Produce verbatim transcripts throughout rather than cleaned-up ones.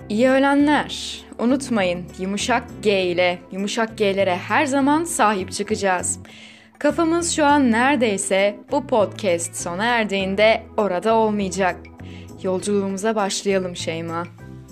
İyi öğlenler. Unutmayın, yumuşak G ile yumuşak G'lere her zaman sahip çıkacağız. Kafamız şu an neredeyse bu podcast sona erdiğinde orada olmayacak. Yolculuğumuza başlayalım Şeyma.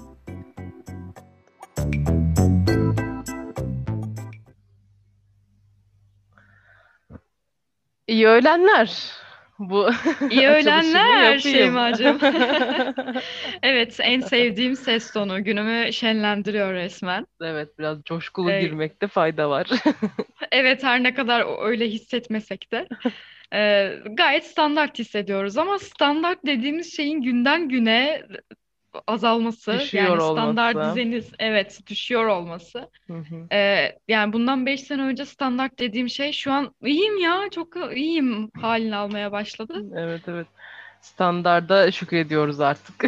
İyi öğlenler. Bu İyi açılışımı öğlenler yapayım. Şeymacığım. Evet, en sevdiğim ses tonu. Günümü şenlendiriyor resmen. Evet, biraz coşkulu Ee, girmekte fayda var. evet, her ne kadar o- öyle hissetmesek de. Ee, gayet standart hissediyoruz ama standart dediğimiz şeyin günden güne azalması, Düşüyor yani standart olması. düzeniz evet düşüyor olması. Hı hı. Ee, yani bundan beş sene önce standart dediğim şey şu an iyiyim ya, çok iyiyim halini almaya başladı. Evet, evet. Standarda şükrediyoruz artık.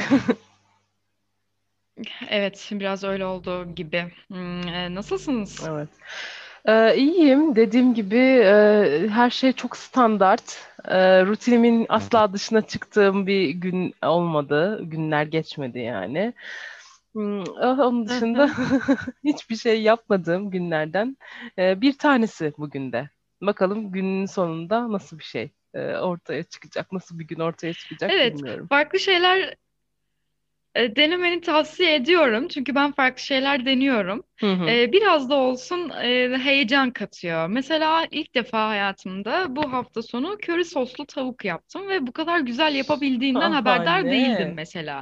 Evet, biraz öyle olduğu gibi. Hmm, e, nasılsınız? Evet. Ee, iyiyim. Dediğim gibi e, her şey çok standart. Ee, rutinimin asla dışına çıktığım bir gün olmadı. Günler geçmedi yani. Hmm, ah, Onun Hı dışında hı. hiçbir şey yapmadığım günlerden e, bir tanesi bugün de. Bakalım günün sonunda nasıl bir şey e, ortaya çıkacak, nasıl bir gün ortaya çıkacak Evet, bilmiyorum. farklı şeyler e, denemeni tavsiye ediyorum. Çünkü ben farklı şeyler deniyorum. Hı hı. E, biraz da olsun e, heyecan katıyor. Mesela ilk defa hayatımda bu hafta sonu köri soslu tavuk yaptım ve bu kadar güzel yapabildiğimden haberdar değildim Şahane. mesela.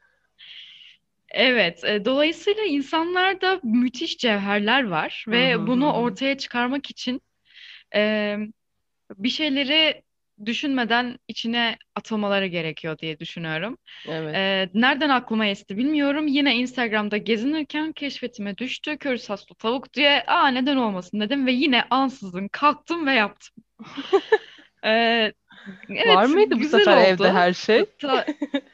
Evet, e, dolayısıyla insanlarda müthiş cevherler var Hı hı ve hı bunu hı. ortaya çıkarmak için e, bir şeyleri düşünmeden içine atılmaları gerekiyor diye düşünüyorum. Evet. Ee, nereden aklıma esti bilmiyorum. Yine Instagram'da gezinirken keşfetime düştü. Köri soslu tavuk diye. Aa, neden olmasın dedim ve yine ansızın kalktım ve yaptım. Ee, Var evet, mıydı bu güzel sefer evde oldu. her şey? Ta-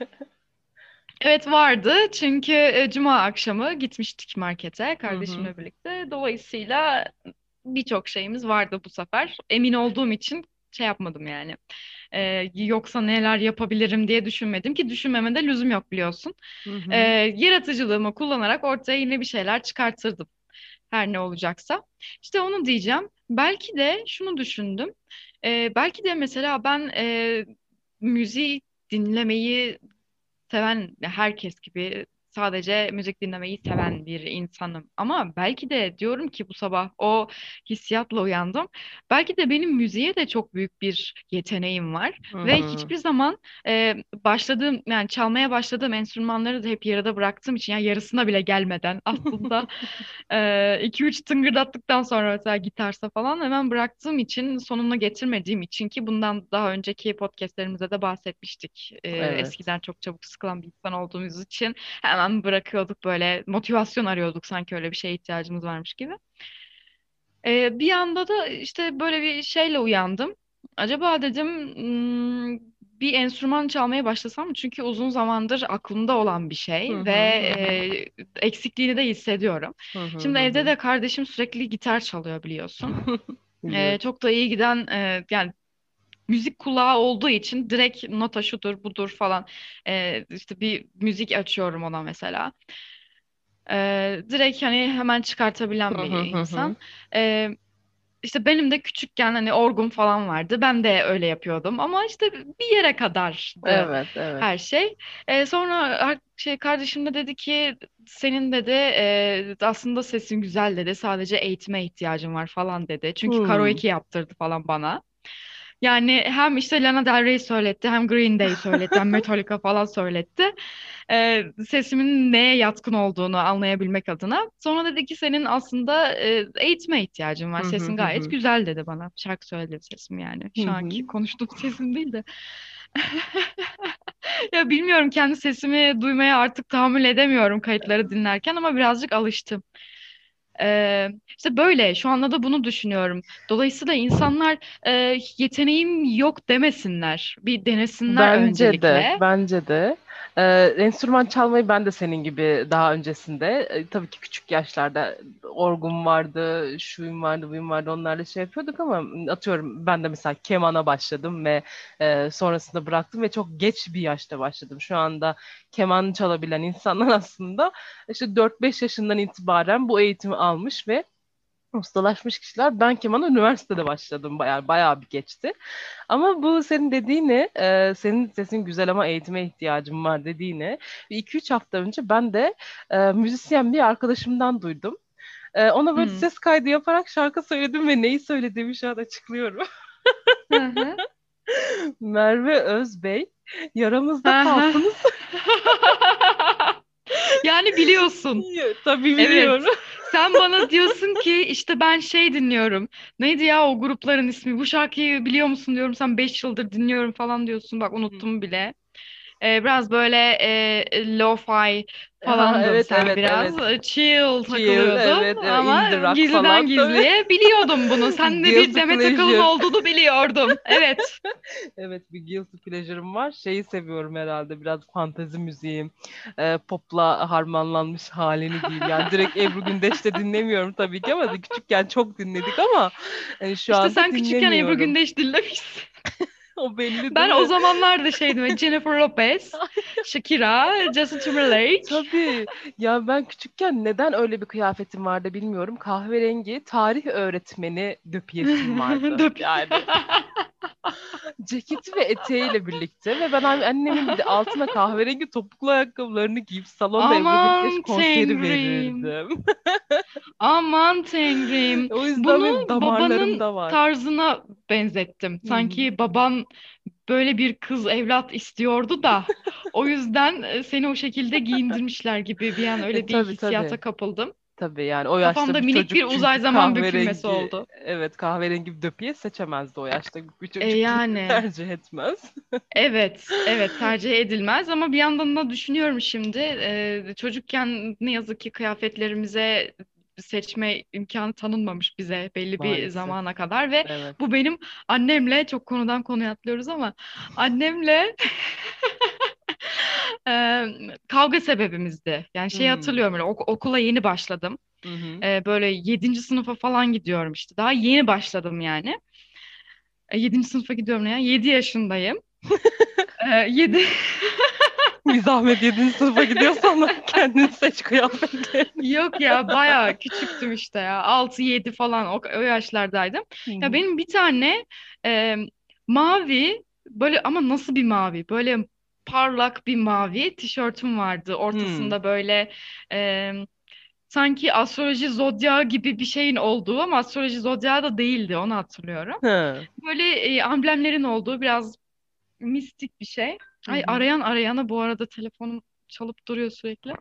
evet, vardı çünkü e, Cuma akşamı gitmiştik markete Hı hı. kardeşimle birlikte. Dolayısıyla birçok şeyimiz vardı bu sefer. Emin olduğum için şey yapmadım yani. Ee, yoksa neler yapabilirim diye düşünmedim ki düşünmeme de lüzum yok biliyorsun. Hı Ee, hı. yaratıcılığımı kullanarak ortaya yine bir şeyler çıkartırdım. Her ne olacaksa. İşte onu diyeceğim. Belki de şunu düşündüm. Ee, belki de mesela ben e, müziği dinlemeyi seven herkes gibi sadece müzik dinlemeyi seven bir insanım. Ama belki de diyorum ki bu sabah o hissiyatla uyandım. Belki de benim müziğe de çok büyük bir yeteneğim var Hı ve hı. hiçbir zaman e, başladığım yani çalmaya başladığım enstrümanları da hep yarıda bıraktığım için yani yarısına bile gelmeden aslında e, iki üç tıngırdattıktan sonra mesela gitarsa falan hemen bıraktığım için sonuna getirmediğim için ki bundan daha önceki podcastlerimizde de bahsetmiştik. E, Evet. eskiden çok çabuk sıkılan bir insan olduğumuz için hemen bırakıyorduk, böyle motivasyon arıyorduk sanki öyle bir şeye ihtiyacımız varmış gibi. E, bir anda da işte böyle bir şeyle uyandım. Acaba dedim hmm, bir enstrüman çalmaya başlasam mı? Çünkü uzun zamandır aklımda olan bir Hı şey ve hı hı hı. e, eksikliğini de hissediyorum. Hı hı Şimdi hı evde hı. de kardeşim sürekli gitar çalıyor biliyorsun. E, Biliyorum. çok da iyi giden e, yani müzik kulağı olduğu için direkt nota şudur budur falan, e, işte bir müzik açıyorum ona mesela. E, direkt hani hemen Hı çıkartabilen bir hı hı insan. hı. E, işte benim de küçükken hani orgum falan vardı. Ben de öyle yapıyordum ama işte bir yere kadardı Evet, evet. her şey. E, sonra ar- şey kardeşim de dedi ki senin dedi e, aslında sesin güzel dedi. Sadece eğitime ihtiyacın var falan dedi. Çünkü Hmm. karaoke yaptırdı falan bana. Yani hem işte Lana Del Rey söyletti, hem Green Day söyletti, hem Metallica falan söyletti. Ee, sesimin neye yatkın olduğunu anlayabilmek adına. Sonra dedi ki senin aslında e, eğitime ihtiyacın var. Hı hı Sesin hı gayet hı. güzel dedi bana. Şarkı söyledi sesim yani. Hı Şu anki hı. konuştuğum sesim değil de. Ya bilmiyorum, kendi sesimi duymaya artık tahammül edemiyorum kayıtları dinlerken ama birazcık alıştım. Ee, işte böyle şu anda da bunu düşünüyorum. Dolayısıyla insanlar e, yeteneğim yok demesinler. Bir denesinler Bence de, öncelikle. bence de. Ee, enstrüman çalmayı ben de senin gibi daha öncesinde e, tabii ki küçük yaşlarda orgum vardı, şuyum vardı, buyum vardı onlarla şey yapıyorduk ama atıyorum ben de mesela kemana başladım ve e, sonrasında bıraktım ve çok geç bir yaşta başladım. Şu anda keman çalabilen insanlar aslında işte dört beş yaşından itibaren bu eğitimi almış ve ustalaşmış kişiler. Ben kemana üniversitede başladım. Bayağı bayağı bir geçti. Ama bu senin dediğini, e, senin sesin güzel ama eğitime ihtiyacım var dediğini bir iki üç hafta önce ben de e, müzisyen bir arkadaşımdan duydum. E, ona böyle Hmm. ses kaydı yaparak şarkı söyledim ve neyi söylediğimi şu an açıklıyorum. Hı hı. Merve Özbey, yaramızda Hı hı. kalsınız. Yani biliyorsun. Tabii Evet. biliyorum. Sen bana diyorsun ki işte ben şey dinliyorum. Neydi ya o grupların ismi? Bu şarkıyı biliyor musun diyorum. Sen beş yıldır dinliyorum falan diyorsun. Bak unuttum bile. Ee, biraz böyle e, lo-fi Ha, falandın evet sen evet biraz. evet. E, Chill Chill, evet, takılıyordun evet, ama indie rock gizliden falan tabii. gizliye biliyordum bunu. Sen de bir Guilty Demet Akalın pleasure. olduğunu biliyordum. Evet. Evet, bir guilty pleasure'ım var. Şeyi seviyorum herhalde, biraz fantezi müziği. Ee, popla harmanlanmış halini diyeyim. Yani direkt Ebru Gündeş'te dinlemiyorum tabii ki ama küçükken çok dinledik ama yani şu İşte anda sen küçükken Ebru dinlemiyorum. Gündeş dinlemişsin. O belli değil Ben o mi? zamanlar da şeydim. Jennifer Lopez, Shakira, Justin Timberlake. Tabii. Ya ben küçükken neden öyle bir kıyafetim vardı bilmiyorum. Kahverengi tarih öğretmeni döpiyesim vardı. Döp. Yani ceketi ve eteğiyle birlikte ve ben an- annemin bir de altına kahverengi topuklu ayakkabılarını giyip salonda Ebru Gündeş Aman konseri Tanrım. verirdim. Aman Tanrım. O yüzden Bunu benim babanın damarlarımda var. tarzına benzettim. Hı hı. Sanki baban böyle bir kız evlat istiyordu da o yüzden e, seni o şekilde giyindirmişler gibi bir an E öyle bir tabii tabii. hissiyata kapıldım. Tabii yani o yaşta Kafamda bir minik bir çocuk uzay çünkü zaman bükülmesi kahverengi, oldu. evet, kahverengi bir döpiye seçemezdi o yaşta bir E çocuk, kimse yani. tercih etmez. Evet, evet tercih edilmez ama bir yandan da düşünüyorum şimdi e, çocukken ne yazık ki kıyafetlerimize seçme imkanı tanınmamış bize belli bir Maalesef. zamana kadar ve Evet. bu benim annemle çok konudan konuya atlıyoruz ama annemle e, kavga sebebimizdi. Yani şey Hmm. hatırlıyorum öyle ok- okula yeni başladım. Hı hı. E, böyle yedinci sınıfa falan gidiyorum işte daha yeni başladım yani. E, yedinci sınıfa gidiyorum ne ya? Yedi yaşındayım. E, yedi Bir zahmet yedinci sınıfa gidiyorsan da kendin seç kıyafetlerini. Yok ya bayağı küçüktüm işte ya. Altı yedi falan o, o yaşlardaydım. Hı Ya hı. benim bir tane e, mavi böyle ama nasıl bir mavi? Böyle parlak bir mavi tişörtüm vardı. Hmm. Ortasında böyle e, sanki astroloji zodya gibi bir şeyin olduğu ama astroloji zodya da değildi onu hatırlıyorum. Ha. Böyle e, amblemlerin olduğu biraz mistik bir şey. Hı Ay hı. arayan arayana bu arada telefonum çalıp duruyor sürekli.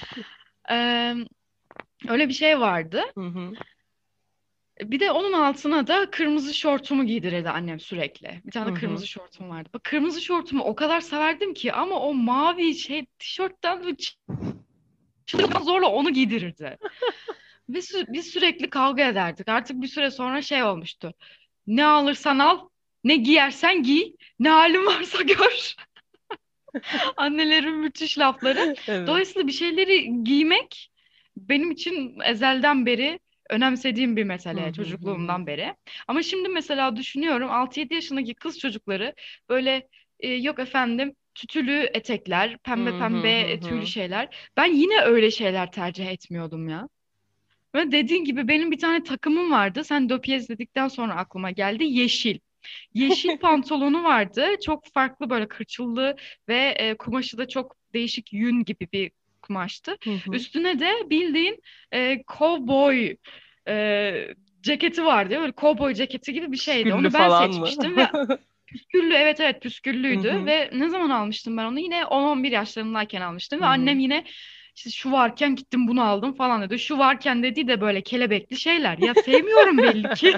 Ee, Öyle bir şey vardı. Hı hı. Bir de onun altına da kırmızı şortumu giydirirdi annem sürekli. Bir Hı tane hı. kırmızı şortum vardı. Bak kırmızı şortumu o kadar severdim ki ama o mavi şey tişörtten böyle çıldırmadan zorla onu giydirirdi. Ve sü- biz sürekli kavga ederdik. Artık bir süre sonra şey olmuştu. Ne alırsan al, ne giyersen giy, ne halin varsa gör. Annelerin müthiş lafları. Evet. Dolayısıyla bir şeyleri giymek benim için ezelden beri önemsediğim bir Hı mesele hı hı hı. çocukluğumdan beri. Ama şimdi mesela düşünüyorum altı yedi yaşındaki kız çocukları böyle e, yok efendim tütülü etekler, pembe Hı hı pembe hı e, tüylü hı. şeyler. Ben yine öyle şeyler tercih etmiyordum ya. Ve dediğin gibi benim bir tane takımım vardı. Sen döpyez dedikten sonra aklıma geldi. Yeşil. Yeşil pantolonu vardı. Çok farklı böyle kırçıllı ve e, kumaşı da çok değişik yün gibi bir kumaştı. Hı hı. Üstüne de bildiğin e, cowboy e, ceketi vardı. Böyle cowboy ceketi gibi bir şeydi. Püsküllü Onu ben falan mı? seçmiştim ve püsküllü evet evet Hı püsküllüydü hı. ve ne zaman almıştım ben onu? Yine on on bir yaşlarındayken almıştım Hı ve annem hı. yine işte şu varken gittim bunu aldım falan dedi. Şu varken dediği de böyle kelebekli şeyler. Ya sevmiyorum belli ki.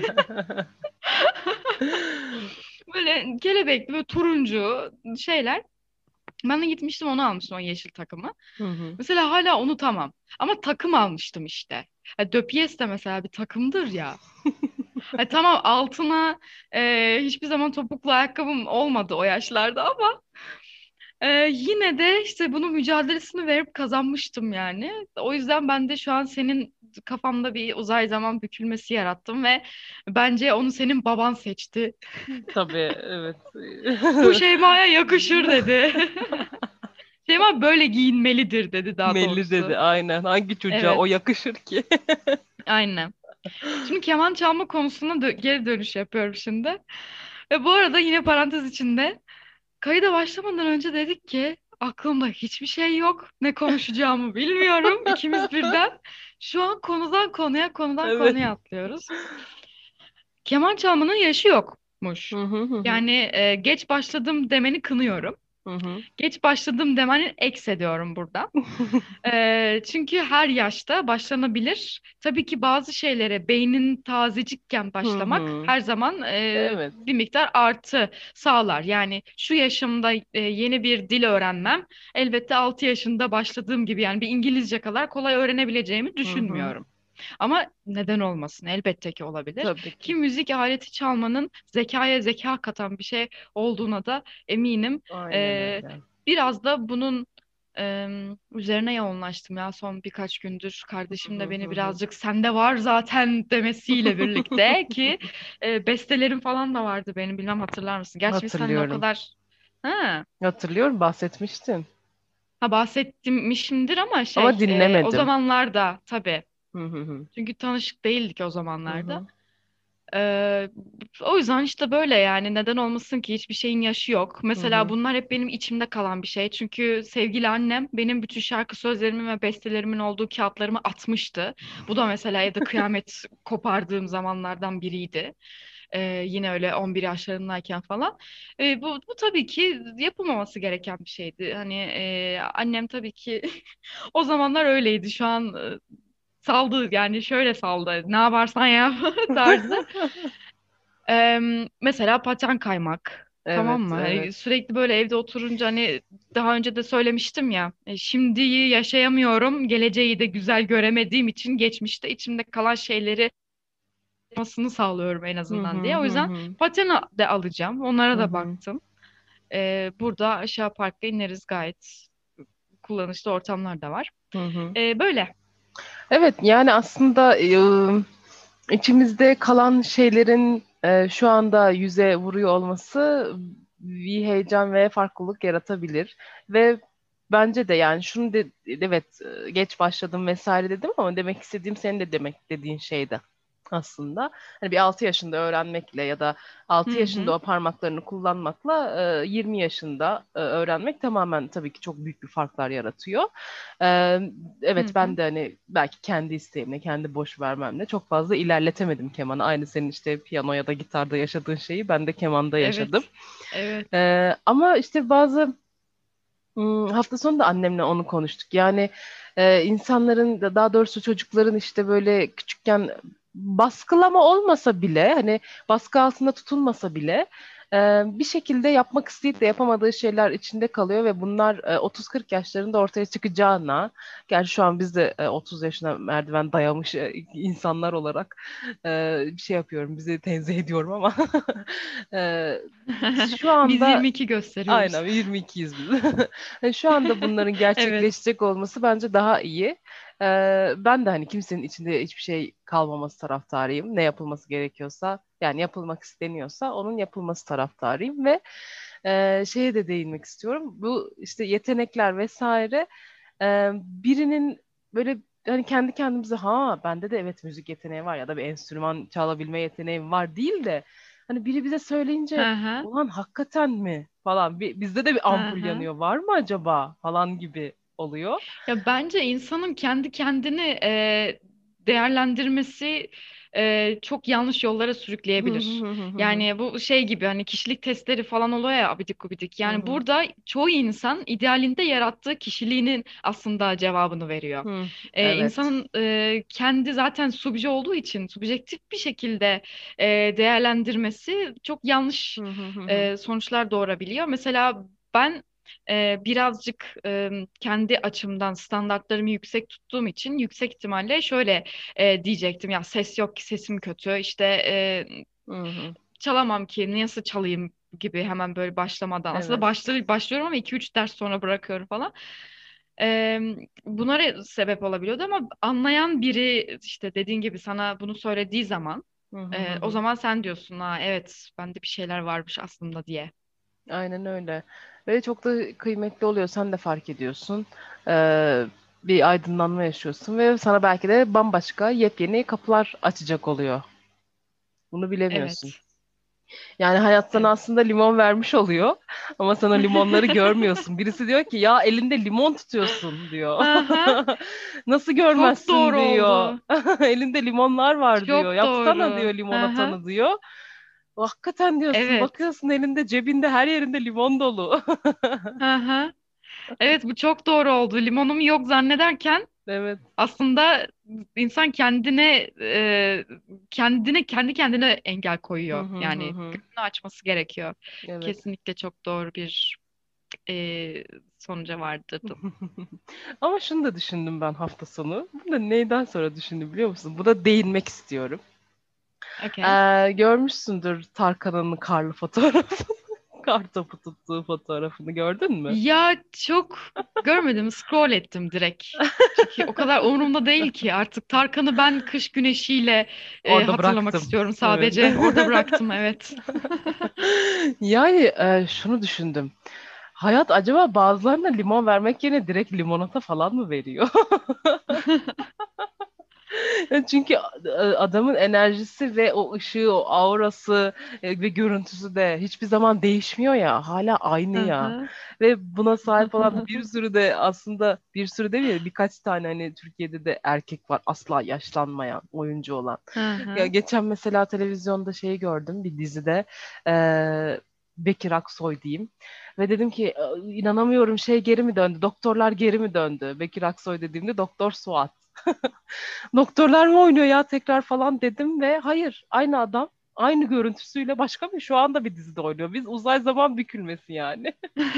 Böyle kelebekli böyle turuncu şeyler. Ben de gitmiştim onu almıştım o yeşil takımı. Hı hı. Mesela hala onu tamam. Ama takım almıştım işte. Ha, Döpiyes de mesela bir takımdır ya. Ha, tamam altına e, hiçbir zaman topuklu ayakkabım olmadı o yaşlarda ama Ee, yine de işte bunun mücadelesini verip kazanmıştım yani. O yüzden ben de şu an senin kafamda bir uzay zaman bükülmesi yarattım ve bence onu senin baban seçti. Tabii, evet. Bu Şeyma'ya yakışır dedi. Şeyma böyle giyinmelidir dedi daha Melli dedi, doğrusu. aynen. Hangi çocuğa o Evet, yakışır ki? aynen. Şimdi keman çalma konusuna dö- geri dönüş yapıyorum şimdi. Ve bu arada yine parantez içinde kayıda başlamadan önce dedik ki aklımda hiçbir şey yok. Ne konuşacağımı bilmiyorum. İkimiz birden şu an konudan konuya konudan Evet. konuya atlıyoruz. Keman çalmanın yaşı yokmuş. Hı hı hı hı. Yani e, geç başladım demeni kınıyorum. Hı hı. Geç başladım demeni eks ediyorum burada. Ee, çünkü her yaşta başlanabilir. Tabii ki bazı şeylere beynin tazecikken Hı başlamak hı. her zaman e, Evet. bir miktar artı sağlar. Yani şu yaşımda e, yeni bir dil öğrenmem elbette altı yaşında başladığım gibi yani bir İngilizce kadar kolay öğrenebileceğimi Hı hı. düşünmüyorum. Ama neden olmasın? Elbette ki olabilir. Tabii Ki ki. müzik aleti çalmanın zekaya zeka katan bir şey olduğuna da eminim. Aynen Ee, öyle. Biraz da bunun em, üzerine yoğunlaştım ya son birkaç gündür. Hı Kardeşim hı de hı beni hı. birazcık sende var zaten demesiyle birlikte ki e, bestelerim falan da vardı benim bilmem hatırlar mısın? Gerçi biz seninle o Hatırlıyorum. kadar ha, Hatırlıyorum, bahsetmiştin. ha bahsetmişimdir ama Ama şey e, o dinlemedim. zamanlarda tabii. Hı hı hı. Çünkü tanışık değildik o Hı zamanlarda. hı. Ee, O yüzden işte böyle yani neden olmasın ki hiçbir şeyin yaşı yok. Hı Mesela hı. bunlar hep benim içimde kalan bir şey. Çünkü sevgili annem benim bütün şarkı sözlerimin ve bestelerimin olduğu kağıtlarımı atmıştı. Bu da mesela evde kıyamet kopardığım zamanlardan biriydi. Ee, yine öyle on bir yaşlarındayken falan. Ee, bu, bu tabii ki yapılmaması gereken bir şeydi. Hani e, annem tabii ki o zamanlar öyleydi. Şu an e, saldı yani şöyle saldı. Ne yaparsan yap tarzı. Em, mesela paten kaymak. Tamam Evet, mı? evet. Hani sürekli böyle evde oturunca hani daha önce de söylemiştim ya. e, Şimdiyi yaşayamıyorum. Geleceği de güzel göremediğim için geçmişte içimde kalan şeyleri yapmasını sağlıyorum en Hı azından hı diye. O hı yüzden hı. paten de alacağım. Onlara Hı da hı. baktım. Ee, burada aşağı parkta ineriz gayet kullanışlı ortamlar da var. Hı hı. Ee, böyle. Evet, yani aslında ıı, içimizde kalan şeylerin e, şu anda yüze vuruyor olması bir heyecan ve farklılık yaratabilir. Ve bence de yani şunu de, evet, e, geç başladım vesaire dedim ama demek istediğim senin de demek dediğin şeydi aslında. Hani bir altı yaşında öğrenmekle ya da altı Hı yaşında hı. o parmaklarını kullanmakla e, yirmi yaşında e, öğrenmek tamamen tabii ki çok büyük bir farklar yaratıyor. E, Hı evet, hı. ben de hani belki kendi isteğimle, kendi boş vermemle çok fazla ilerletemedim kemanı. Aynı senin işte piyano ya da gitarda yaşadığın şeyi ben de kemanda yaşadım. Evet. Evet. E, ama işte bazı Hmm, hafta sonu da annemle onu konuştuk. Yani e, insanların da daha doğrusu çocukların işte böyle küçükken baskılama olmasa bile hani baskı altında tutulmasa bile e, bir şekilde yapmak isteyip de yapamadığı şeyler içinde kalıyor ve bunlar e, otuz kırk yaşlarında ortaya çıkacağına, gerçi şu an biz de e, otuz yaşına merdiven dayamış e, insanlar olarak e, bir şey yapıyorum, bizi tenzih ediyorum ama e, şu Biz anda yirmi iki gösteriyoruz. aynen yirmi ikiyiz biz. Yani şu anda bunların Evet. gerçekleşecek olması bence daha iyi. Ee, ben de hani kimsenin içinde hiçbir şey kalmaması taraftarıyım. Ne yapılması gerekiyorsa, yani yapılmak isteniyorsa onun yapılması taraftarıyım ve e, şeye de değinmek istiyorum. Bu işte yetenekler vesaire, e, birinin böyle hani kendi kendimize ha bende de evet müzik yeteneği var ya da bir enstrüman çalabilme yeteneğim var değil de hani biri bize söyleyince Hı hı. ulan hakikaten mi falan, bir, bizde de bir Hı ampul hı. yanıyor, var mı acaba falan gibi oluyor. Ya bence insanın kendi kendini e, değerlendirmesi e, çok yanlış yollara Hı hı sürükleyebilir. hı hı hı hı. Yani bu şey gibi hani kişilik testleri falan oluyor ya abidik gubidik. Hı Yani hı. burada çoğu insan idealinde yarattığı kişiliğinin aslında cevabını veriyor. Hı, E, evet. insanın e, kendi zaten subje olduğu için subjektif bir şekilde e, değerlendirmesi çok yanlış Hı hı hı hı. e, sonuçlar doğurabiliyor. Mesela ben e, birazcık e, kendi açımdan standartlarımı yüksek tuttuğum için yüksek ihtimalle şöyle e, diyecektim ya ses yok ki sesim kötü işte e, Hı hı. çalamam ki nasıl çalayım gibi hemen böyle başlamadan. Aslında Evet. başlı, başlıyorum ama iki üç ders sonra bırakıyorum falan. Ee, Bunlara sebep olabiliyordu ama anlayan biri işte dediğin gibi sana bunu söylediği zaman Hı hı hı. e, o Hı. zaman sen diyorsun ha evet bende bir şeyler varmış aslında diye. Aynen öyle. Ve çok da kıymetli oluyor. Sen de fark ediyorsun. Ee, bir aydınlanma yaşıyorsun ve sana belki de bambaşka yepyeni kapılar açacak oluyor. Bunu bilemiyorsun. Evet. Yani hayat sana Evet. aslında limon vermiş oluyor ama sana limonları görmüyorsun. Birisi diyor ki ya elinde limon tutuyorsun diyor. Aha, Nasıl çok görmezsin doğru diyor. oldu. Elinde limonlar var diyor. Çok Yapsana doğru. diyor Aha, limonatanı diyor. Hakikaten diyorsun, evet. bakıyorsun elinde, cebinde, her yerinde limon dolu. Aha. Evet bu çok doğru oldu. Limonum yok zannederken Evet. aslında insan kendine e, kendine kendi kendine engel Hı koyuyor. hı hı Yani hı. gönlünü açması gerekiyor. Evet. Kesinlikle çok doğru bir e, sonuca vardırdın. Ama şunu da düşündüm ben hafta sonu. Bunu da neyden sonra düşündüm biliyor musun? Buna değinmek istiyorum. Okay. Ee, görmüşsündür Tarkan'ın karlı fotoğrafı. Kar topu tuttuğu fotoğrafını gördün mü? Ya çok görmedim, scroll ettim direkt. Çünkü o kadar umurumda değil ki artık Tarkan'ı ben kış güneşiyle e, Orada hatırlamak bıraktım. istiyorum Evet. sadece. Orada bıraktım evet. Yani e, şunu düşündüm. Hayat acaba bazılarına limon vermek yerine direkt limonata falan mı veriyor? Yani çünkü e, adamın enerjisi ve o ışığı, o aurası e, ve görüntüsü de hiçbir zaman değişmiyor ya. Hala aynı Hı ya. hı. Ve buna sahip olan da bir sürü de, aslında bir sürü demeyeyim, birkaç tane hani Türkiye'de de erkek var asla yaşlanmayan oyuncu olan. Hı Ya hı. geçen mesela televizyonda şeyi gördüm, bir dizide. E, Bekir Aksoy diyeyim. Ve dedim ki "E, inanamıyorum, şey geri mi döndü? Doktorlar geri mi döndü?" Bekir Aksoy dediğimde Doktor Suat. Doktorlar mı oynuyor ya tekrar falan dedim ve hayır, aynı adam aynı görüntüsüyle başka bir, şu anda bir dizide oynuyor. Biz uzay zaman bükülmesi yani.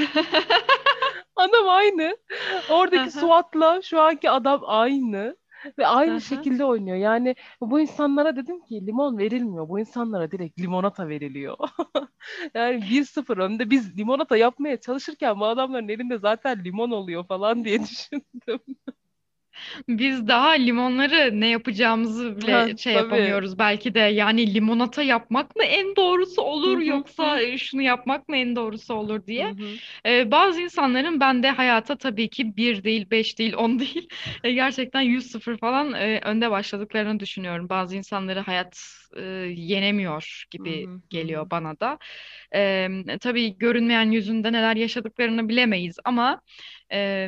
Adam aynı. Hı Oradaki hı. Suat'la şu anki adam aynı. Ve Hı aynı hı. şekilde oynuyor. Yani bu insanlara dedim ki limon verilmiyor. Bu insanlara direkt limonata veriliyor. Yani bir sıfır önde biz limonata yapmaya çalışırken bu adamların elinde zaten limon oluyor falan diye düşündüm. Biz daha limonları ne yapacağımızı Ha, bile şey tabii. yapamıyoruz belki de. Yani limonata yapmak mı en doğrusu Hı olur hı hı. yoksa e, şunu yapmak mı en doğrusu olur Hı diye. hı. Ee, bazı insanların ben de hayata tabii ki bir değil, beş değil, on değil. e, gerçekten yüz sıfır falan e, önde başladıklarını düşünüyorum. Bazı insanları hayat e, yenemiyor Hı gibi hı hı geliyor hı. bana da. Ee, tabii görünmeyen yüzünde neler yaşadıklarını bilemeyiz ama e,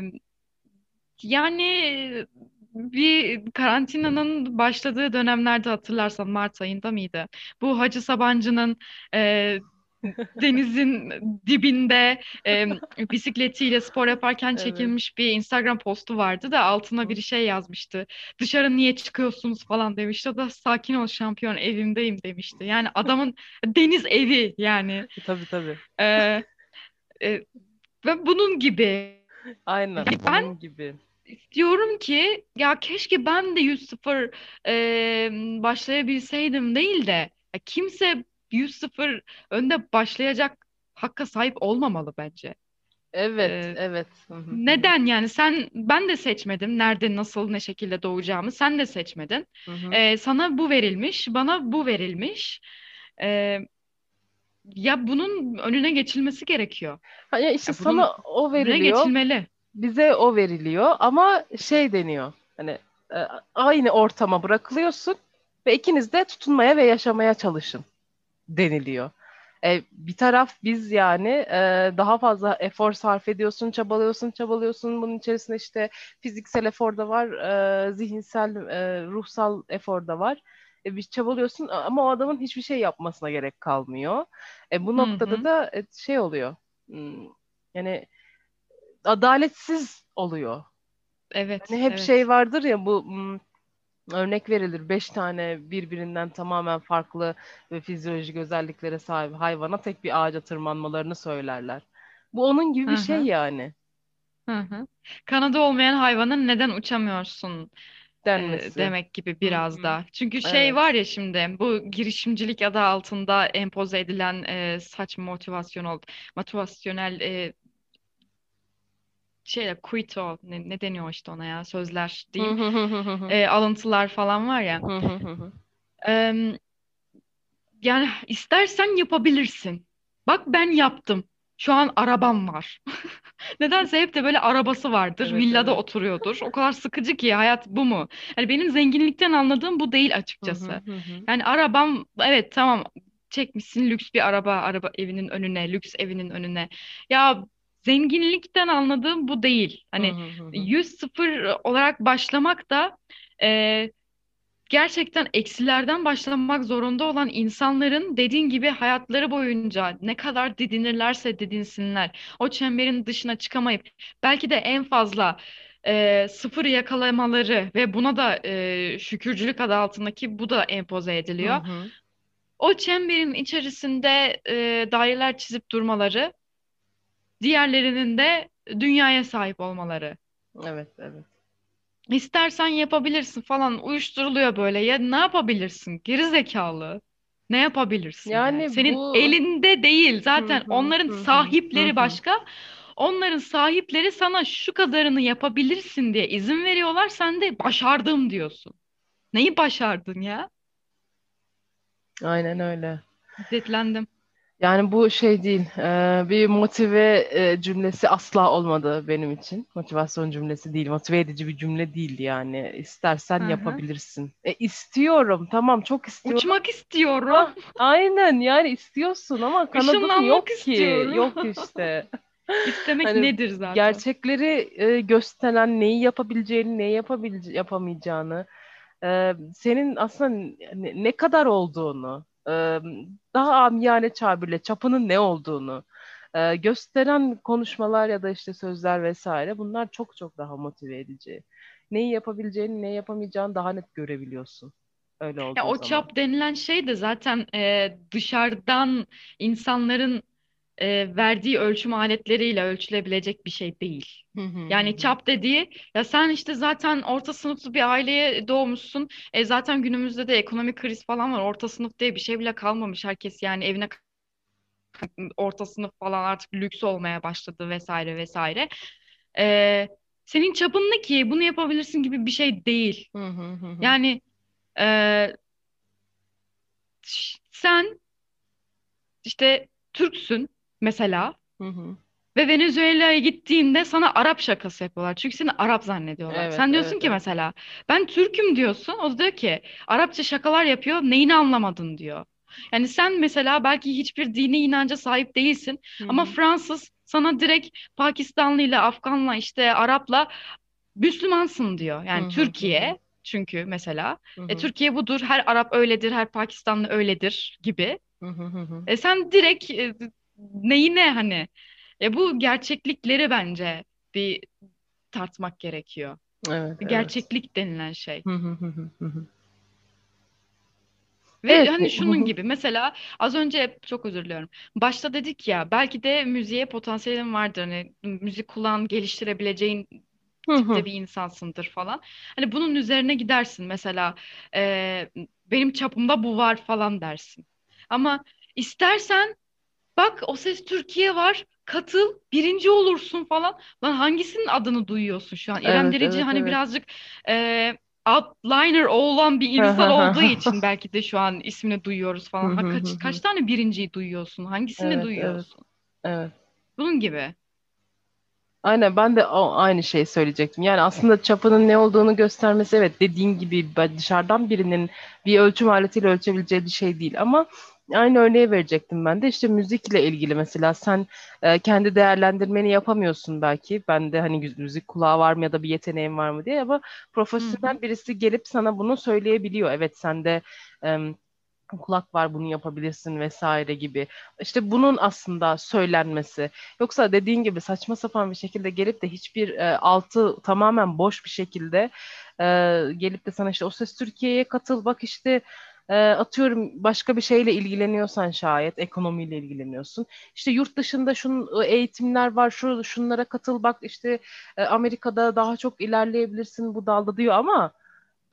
yani bir karantinanın başladığı dönemlerde hatırlarsan Mart ayında mıydı? Bu Hacı Sabancı'nın e, denizin dibinde e, bisikletiyle spor yaparken Evet. çekilmiş bir Instagram postu vardı da altına Hı. bir şey yazmıştı. Dışarı niye çıkıyorsunuz falan demişti. O da sakin ol şampiyon evimdeyim demişti. Yani adamın deniz evi yani. Tabii tabii. E, e, Ve bunun gibi. Aynen Yani ben onun gibi. diyorum ki ya keşke ben de yüz sıfır e, başlayabilseydim değil de ya kimse yüz sıfır önde başlayacak hakka sahip olmamalı bence. Evet, E, evet. Hı hı hı hı. Neden yani sen ben de seçmedim nerede nasıl ne şekilde doğacağımı sen de seçmedin. Hı hı. E, sana bu verilmiş bana bu verilmiş. E, Ya bunun önüne geçilmesi gerekiyor. Ha, ya işte Ya bunun sana o önüne veriliyor, geçilmeli. bize o veriliyor ama şey deniyor. Hani e, aynı ortama bırakılıyorsun ve ikiniz de tutunmaya ve yaşamaya çalışın deniliyor. E, bir taraf biz yani e, daha fazla efor sarf ediyorsun, çabalıyorsun, çabalıyorsun. Bunun içerisinde işte fiziksel efor da var, e, zihinsel, e, ruhsal efor da var. E, bir çabalıyorsun ama o adamın hiçbir şey yapmasına gerek kalmıyor. E, bu Hı noktada hı. da e, şey oluyor. Hmm, yani adaletsiz oluyor. Hani Evet, hep şey evet. vardır ya, bu hmm, örnek verilir, beş tane birbirinden tamamen farklı ve fizyolojik özelliklere sahip hayvana tek bir ağaca tırmanmalarını söylerler. Bu onun gibi Hı bir şey hı. yani. Hı hı. Kanadı olmayan hayvanın neden uçamıyorsun? e, denmesi. demek gibi Hı biraz hı. da. Çünkü şey Evet. var ya, şimdi bu girişimcilik adı altında empoze edilen e, saçma motivasyon oldu. Motivasyonel e, şeyler, quito ne, ne deniyor işte ona ya, sözler Hı diyeyim. hı hı hı hı hı. E, alıntılar falan var ya. Hı hı hı hı. Em, Yani istersen yapabilirsin. Bak ben yaptım. Şu an arabam var. Nedense hep de böyle arabası vardır, Evet, villada evet. oturuyordur. O kadar sıkıcı ki, hayat bu mu? Hani benim zenginlikten anladığım bu değil Hı hı açıkçası. hı hı. Yani arabam, evet tamam, çekmişsin lüks bir araba, araba evinin önüne, lüks evinin önüne. Ya zenginlikten anladığım bu değil. Hı Hani hı hı hı. yüz sıfır olarak başlamak da gerçekten eksilerden başlamak zorunda olan insanların, dediğin gibi, hayatları boyunca ne kadar didinirlerse didinsinler, o çemberin dışına çıkamayıp belki de en fazla e, sıfır yakalamaları ve buna da e, şükürcülük adı altındaki bu da empoze Hı ediliyor. hı. O çemberin içerisinde e, daireler çizip durmaları, diğerlerinin de dünyaya sahip olmaları. Evet, evet. İstersen yapabilirsin falan uyuşturuluyor böyle. Ya ne yapabilirsin? Geri zekalı. Ne yapabilirsin yani? Yani Senin bu elinde değil. hı Zaten hı onların hı hı hı sahipleri hı. başka. Onların sahipleri sana şu kadarını yapabilirsin diye izin veriyorlar. Sen de başardım diyorsun. Neyi başardın ya? Aynen öyle. Hiddetlendim. Yani bu şey değil, e, bir motive e, cümlesi asla olmadı benim için. Motivasyon cümlesi değil, motive edici bir cümle değildi yani. İstersen Hı hı. yapabilirsin. E istiyorum, tamam çok istiyorum. Uçmak istiyorum. Ah, aynen yani istiyorsun ama kanadın Işınlanmak yok ki, istiyorum. yok işte. İstemek Hani nedir zaten? gerçekleri e, gösteren neyi yapabileceğini, neyi yapabilece yapamayacağını, e, senin aslında ne, ne kadar olduğunu, e, daha amiyane tabirle çapının ne olduğunu e, gösteren konuşmalar ya da işte sözler vesaire bunlar çok çok daha motive edici. Neyi yapabileceğini, neyi yapamayacağını daha net görebiliyorsun. Öyle Ya olduğu o zaman. çap denilen şey de zaten e, dışarıdan insanların e, verdiği ölçüm aletleriyle ölçülebilecek bir şey değil. Hı hı hı Yani hı. çap dediği, ya sen işte zaten orta sınıflı bir aileye doğmuşsun. E, zaten günümüzde de ekonomik kriz falan var. Orta sınıf diye bir şey bile kalmamış. Herkes yani evine, orta sınıf falan artık lüks olmaya başladı vesaire vesaire. E, Senin çapın ne ki? Bunu yapabilirsin gibi bir şey değil. Hı hı hı hı. Yani e, ş- sen işte Türksün mesela. Hı hı. Ve Venezuela'ya gittiğinde sana Arap şakası yapıyorlar. Çünkü seni Arap zannediyorlar. Evet, Sen diyorsun evet, ki evet. mesela ben Türk'üm diyorsun. O da diyor ki Arapça şakalar yapıyor. Neyini anlamadın diyor. Yani sen mesela belki hiçbir dini inanca sahip değilsin. Hı Ama hı. Fransız sana direkt Pakistanlıyla, Afganla, işte Arapla Müslümansın diyor. Hı Yani hı hı hı. Türkiye, çünkü mesela Hı e, hı. Türkiye budur. Her Arap öyledir, her Pakistanlı öyledir gibi. Hı hı hı hı. E sen direkt e, neyine hani, e bu gerçeklikleri bence bir tartmak gerekiyor. Evet, evet. Gerçeklik denilen şey. Hı hı hı hı hı hı. Ve Evet. hani Hı şunun hı. gibi, mesela az önce, çok özür diliyorum. Başta dedik ya, belki de müziğe potansiyelin vardır. Hani müzik kulağını geliştirebileceğin Hı tipte hı. bir insansındır falan. Hani bunun üzerine gidersin mesela, e, benim çapımda bu var falan dersin. Ama istersen bak, O Ses Türkiye var. Katıl, birinci olursun falan. Lan hangisinin adını duyuyorsun şu an? İrem Evet, Derici evet, hani evet. birazcık e, outliner olan bir Hı insan hı hı olduğu hı. için belki de şu an ismini duyuyoruz Hı falan. Ha, hı hı kaç hı. kaç tane birinciyi duyuyorsun? Hangisini Evet, evet. duyuyorsun? Evet. Bunun gibi. Aynen ben de o, aynı şeyi söyleyecektim. Yani aslında çapının ne olduğunu göstermesi evet dediğin gibi ben- dışarıdan birinin bir ölçüm aletiyle ölçebileceği bir şey değil ama aynı örneği verecektim ben de işte müzikle ilgili mesela sen e, kendi değerlendirmeni yapamıyorsun belki. Ben de hani güz- müzik kulağı var mı ya da bir yeteneğin var mı diye ama Hı hı. profesyonel birisi gelip sana bunu söyleyebiliyor. Evet sende kulak var bunu yapabilirsin vesaire gibi. İşte bunun aslında söylenmesi. Yoksa dediğin gibi saçma sapan bir şekilde gelip de hiçbir e, altı tamamen boş bir şekilde e, gelip de sana işte O Ses Türkiye'ye katıl bak işte e, atıyorum başka bir şeyle ilgileniyorsan şayet ekonomiyle ilgileniyorsun. İşte yurt dışında şunun eğitimler var şu şunlara katıl bak işte e, Amerika'da daha çok ilerleyebilirsin bu dalda diyor ama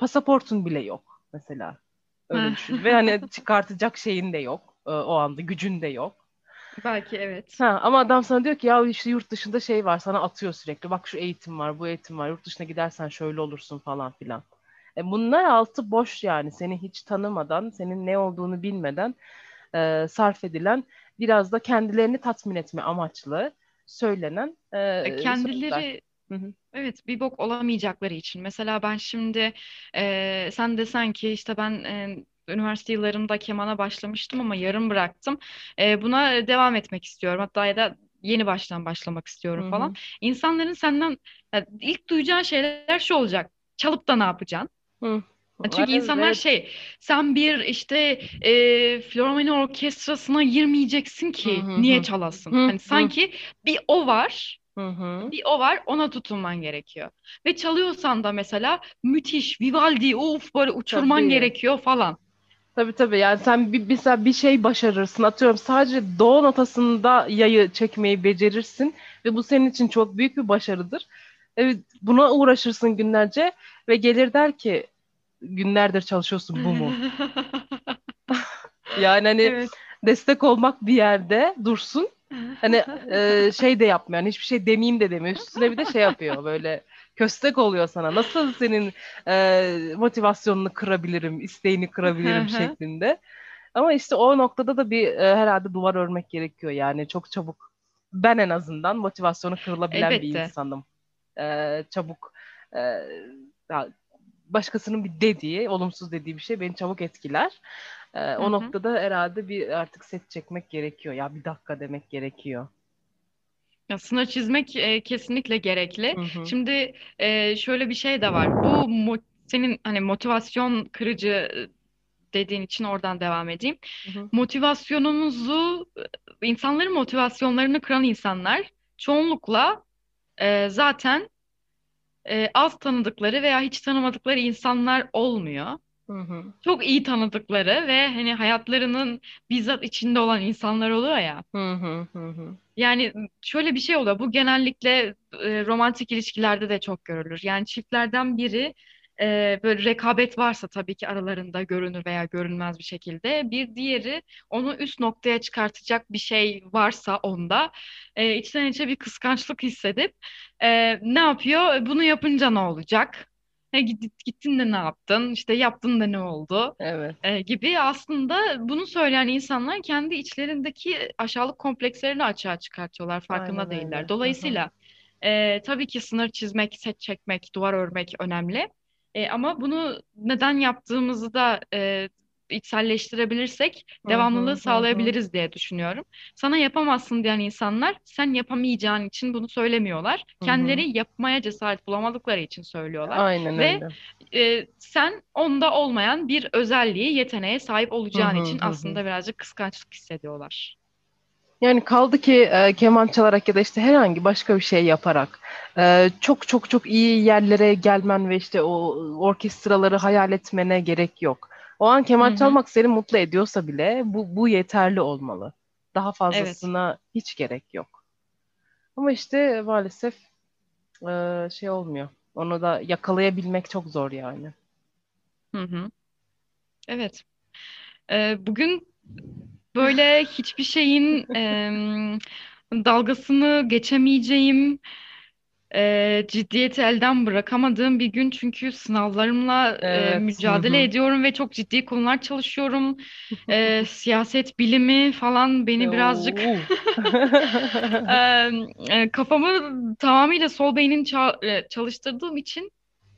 pasaportun bile yok mesela. Öyle düşün. Ve hani çıkartacak şeyin de yok. E, o anda gücün de yok. Belki evet. Ha, ama adam sana diyor ki ya işte yurt dışında şey var, sana atıyor sürekli. Bak şu eğitim var, bu eğitim var. Yurt dışına gidersen şöyle olursun falan filan. E bunlar altı boş yani. Seni hiç tanımadan, senin ne olduğunu bilmeden e, sarf edilen, biraz da kendilerini tatmin etme amaçlı söylenen E, e, sözler. Kendileri Hı hı. evet bir bok olamayacakları için. Mesela ben şimdi e, sen desen ki işte ben e, üniversite yıllarımda kemana başlamıştım ama yarım bıraktım. E, buna devam etmek istiyorum. Hatta ya da yeni baştan başlamak istiyorum Hı falan. hı. İnsanların senden ya ilk duyacağı şeyler şu olacak. Çalıp da ne yapacaksın? Hı. Çünkü insanlar Evet. şey, sen bir işte e, Filarmoni Orkestrası'na girmeyeceksin Hı ki hı niye hı. çalasın? Hı Hani hı. sanki bir o var, Hı hı. bir o var, ona tutunman gerekiyor. Ve çalıyorsan da mesela müthiş, Vivaldi, uf böyle uçurman Tabii. gerekiyor falan. Tabii tabii, yani sen bir, mesela bir şey başarırsın, atıyorum sadece do notasında yayı çekmeyi becerirsin ve bu senin için çok büyük bir başarıdır. Evet, buna uğraşırsın günlerce ve gelir der ki günlerdir çalışıyorsun, bu mu? Yani hani Evet. destek olmak bir yerde dursun. Hani e, şey de yapmıyor. Yani hiçbir şey demeyeyim de demiyor. Üstüne bir de şey yapıyor. Böyle köstek oluyor sana. Nasıl senin e, motivasyonunu kırabilirim, isteğini kırabilirim şeklinde. Ama işte o noktada da bir e, herhalde duvar örmek gerekiyor. Yani çok çabuk. Ben en azından motivasyonu kırılabilen bir Elbette. insanım. E, çabuk e, ya başkasının bir dediği, olumsuz dediği bir şey beni çabuk etkiler. Ee, Hı o hı. noktada herhalde bir artık set çekmek gerekiyor. Ya bir dakika demek gerekiyor. Ya sınır çizmek e, kesinlikle gerekli. Hı hı. Şimdi e, şöyle bir şey de var. Bu mo- senin hani motivasyon kırıcı e, dediğin için oradan devam edeyim. Hı hı. Motivasyonumuzu, e, insanların motivasyonlarını kıran insanlar çoğunlukla e, zaten e, az tanıdıkları veya hiç tanımadıkları insanlar olmuyor. Hı hı. Çok iyi tanıdıkları ve hani hayatlarının bizzat içinde olan insanlar oluyor ya. Hı hı. Hı hı. Yani şöyle bir şey oluyor. Bu genellikle e, romantik ilişkilerde de çok görülür. Yani çiftlerden biri e, böyle rekabet varsa tabii ki aralarında görünür veya görünmez bir şekilde. Bir diğeri onu üst noktaya çıkartacak bir şey varsa onda e, içten içe bir kıskançlık hissedip e, ne yapıyor? Bunu yapınca ne olacak? E, git- gittin de ne yaptın? İşte yaptın da ne oldu? Evet. E, gibi aslında bunu söyleyen insanlar kendi içlerindeki aşağılık komplekslerini açığa çıkartıyorlar, farkında Aynen değiller. öyle. Hı hı. Dolayısıyla e, tabii ki sınır çizmek, set çekmek, duvar örmek önemli. E, ama bunu neden yaptığımızı da e, içselleştirebilirsek Hı devamlılığı hı. Hı hı. sağlayabiliriz diye düşünüyorum. Sana yapamazsın diyen insanlar sen yapamayacağın için bunu söylemiyorlar. Hı hı. Kendileri yapmaya cesaret bulamadıkları için söylüyorlar. Aynen Ve öyle. e, sen onda olmayan bir özelliği, yeteneğe sahip Hı olacağın hı. için Hı hı. aslında birazcık kıskançlık hissediyorlar. Yani kaldı ki e, keman çalarak ya da işte herhangi başka bir şey yaparak e, çok çok çok iyi yerlere gelmen ve işte o orkestraları hayal etmene gerek yok. O an Hı keman hı. çalmak seni mutlu ediyorsa bile bu bu yeterli olmalı. Daha Evet. fazlasına hiç gerek yok. Ama işte maalesef e, şey olmuyor. Onu da yakalayabilmek çok zor yani. Hı hı. Evet. E, bugün böyle hiçbir şeyin em, dalgasını geçemeyeceğim, e, ciddiyeti elden bırakamadığım bir gün çünkü sınavlarımla e, Evet. Hı mücadele hı. ediyorum ve çok ciddi konular çalışıyorum. E, siyaset bilimi falan beni birazcık Oo. e, e, kafamı tamamıyla sol beynin ça- e, çalıştırdığım için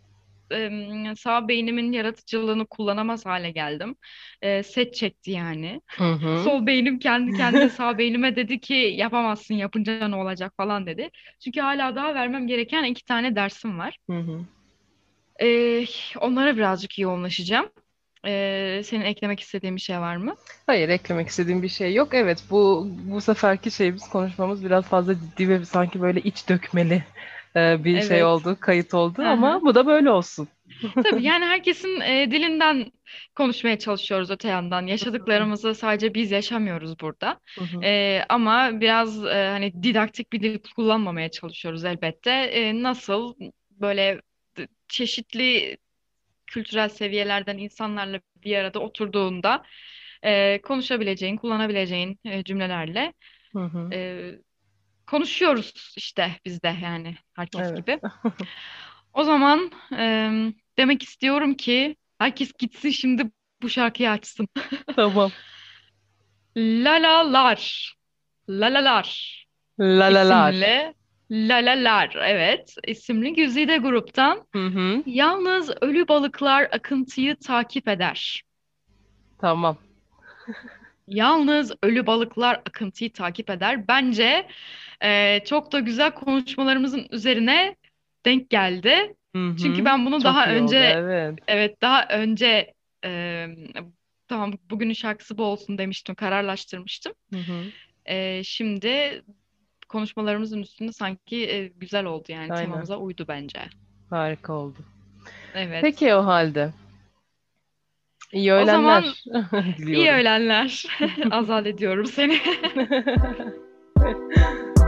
e, sağ beynimin yaratıcılığını kullanamaz hale geldim. E, set çekti yani. Hı hı. Sol beynim kendi kendine sağ beynime dedi ki yapamazsın, yapınca ne olacak falan dedi. Çünkü hala daha vermem gereken iki tane dersim var. Hı hı. E, onlara birazcık yoğunlaşacağım. E, senin eklemek istediğin bir şey var mı? Hayır, eklemek istediğim bir şey yok. Evet, bu bu seferki şeyimiz, konuşmamız biraz fazla ciddi ve sanki böyle iç dökmeli e, bir şey Evet. oldu, kayıt oldu Hı ama hı. bu da böyle olsun. Tabii yani herkesin e, dilinden konuşmaya çalışıyoruz öte yandan. Yaşadıklarımızı sadece biz yaşamıyoruz burada. Hı hı. E, ama biraz e, hani didaktik bir dil kullanmamaya çalışıyoruz elbette. E, nasıl böyle d- çeşitli kültürel seviyelerden insanlarla bir arada oturduğunda e, konuşabileceğin, kullanabileceğin e, cümlelerle Hı hı. e, konuşuyoruz işte biz de yani herkes Evet. gibi. O zaman e, demek istiyorum ki herkes gitsin şimdi bu şarkıyı açsın. Tamam. Lalalar, Lalalar Lalalar. isimli Lalalar, evet, isimli güzide gruptan Hı hı. Yalnız Ölü Balıklar Akıntıyı Takip Eder. Tamam. Yalnız ölü balıklar akıntıyı takip eder. Bence e, çok da güzel konuşmalarımızın üzerine denk geldi. Hı Çünkü hı. ben bunu Çok daha iyi oldu. önce, Evet. evet, daha önce e, tamam bugünün şarkısı bu olsun demiştim, kararlaştırmıştım. Hı hı. E, şimdi konuşmalarımızın üstünde sanki e, güzel oldu yani Aynen. temamıza uydu bence. Harika oldu. Evet. Peki o halde. İyi O zaman öğlenler iyi diliyorum. öğlenler. Azat ediyorum seni.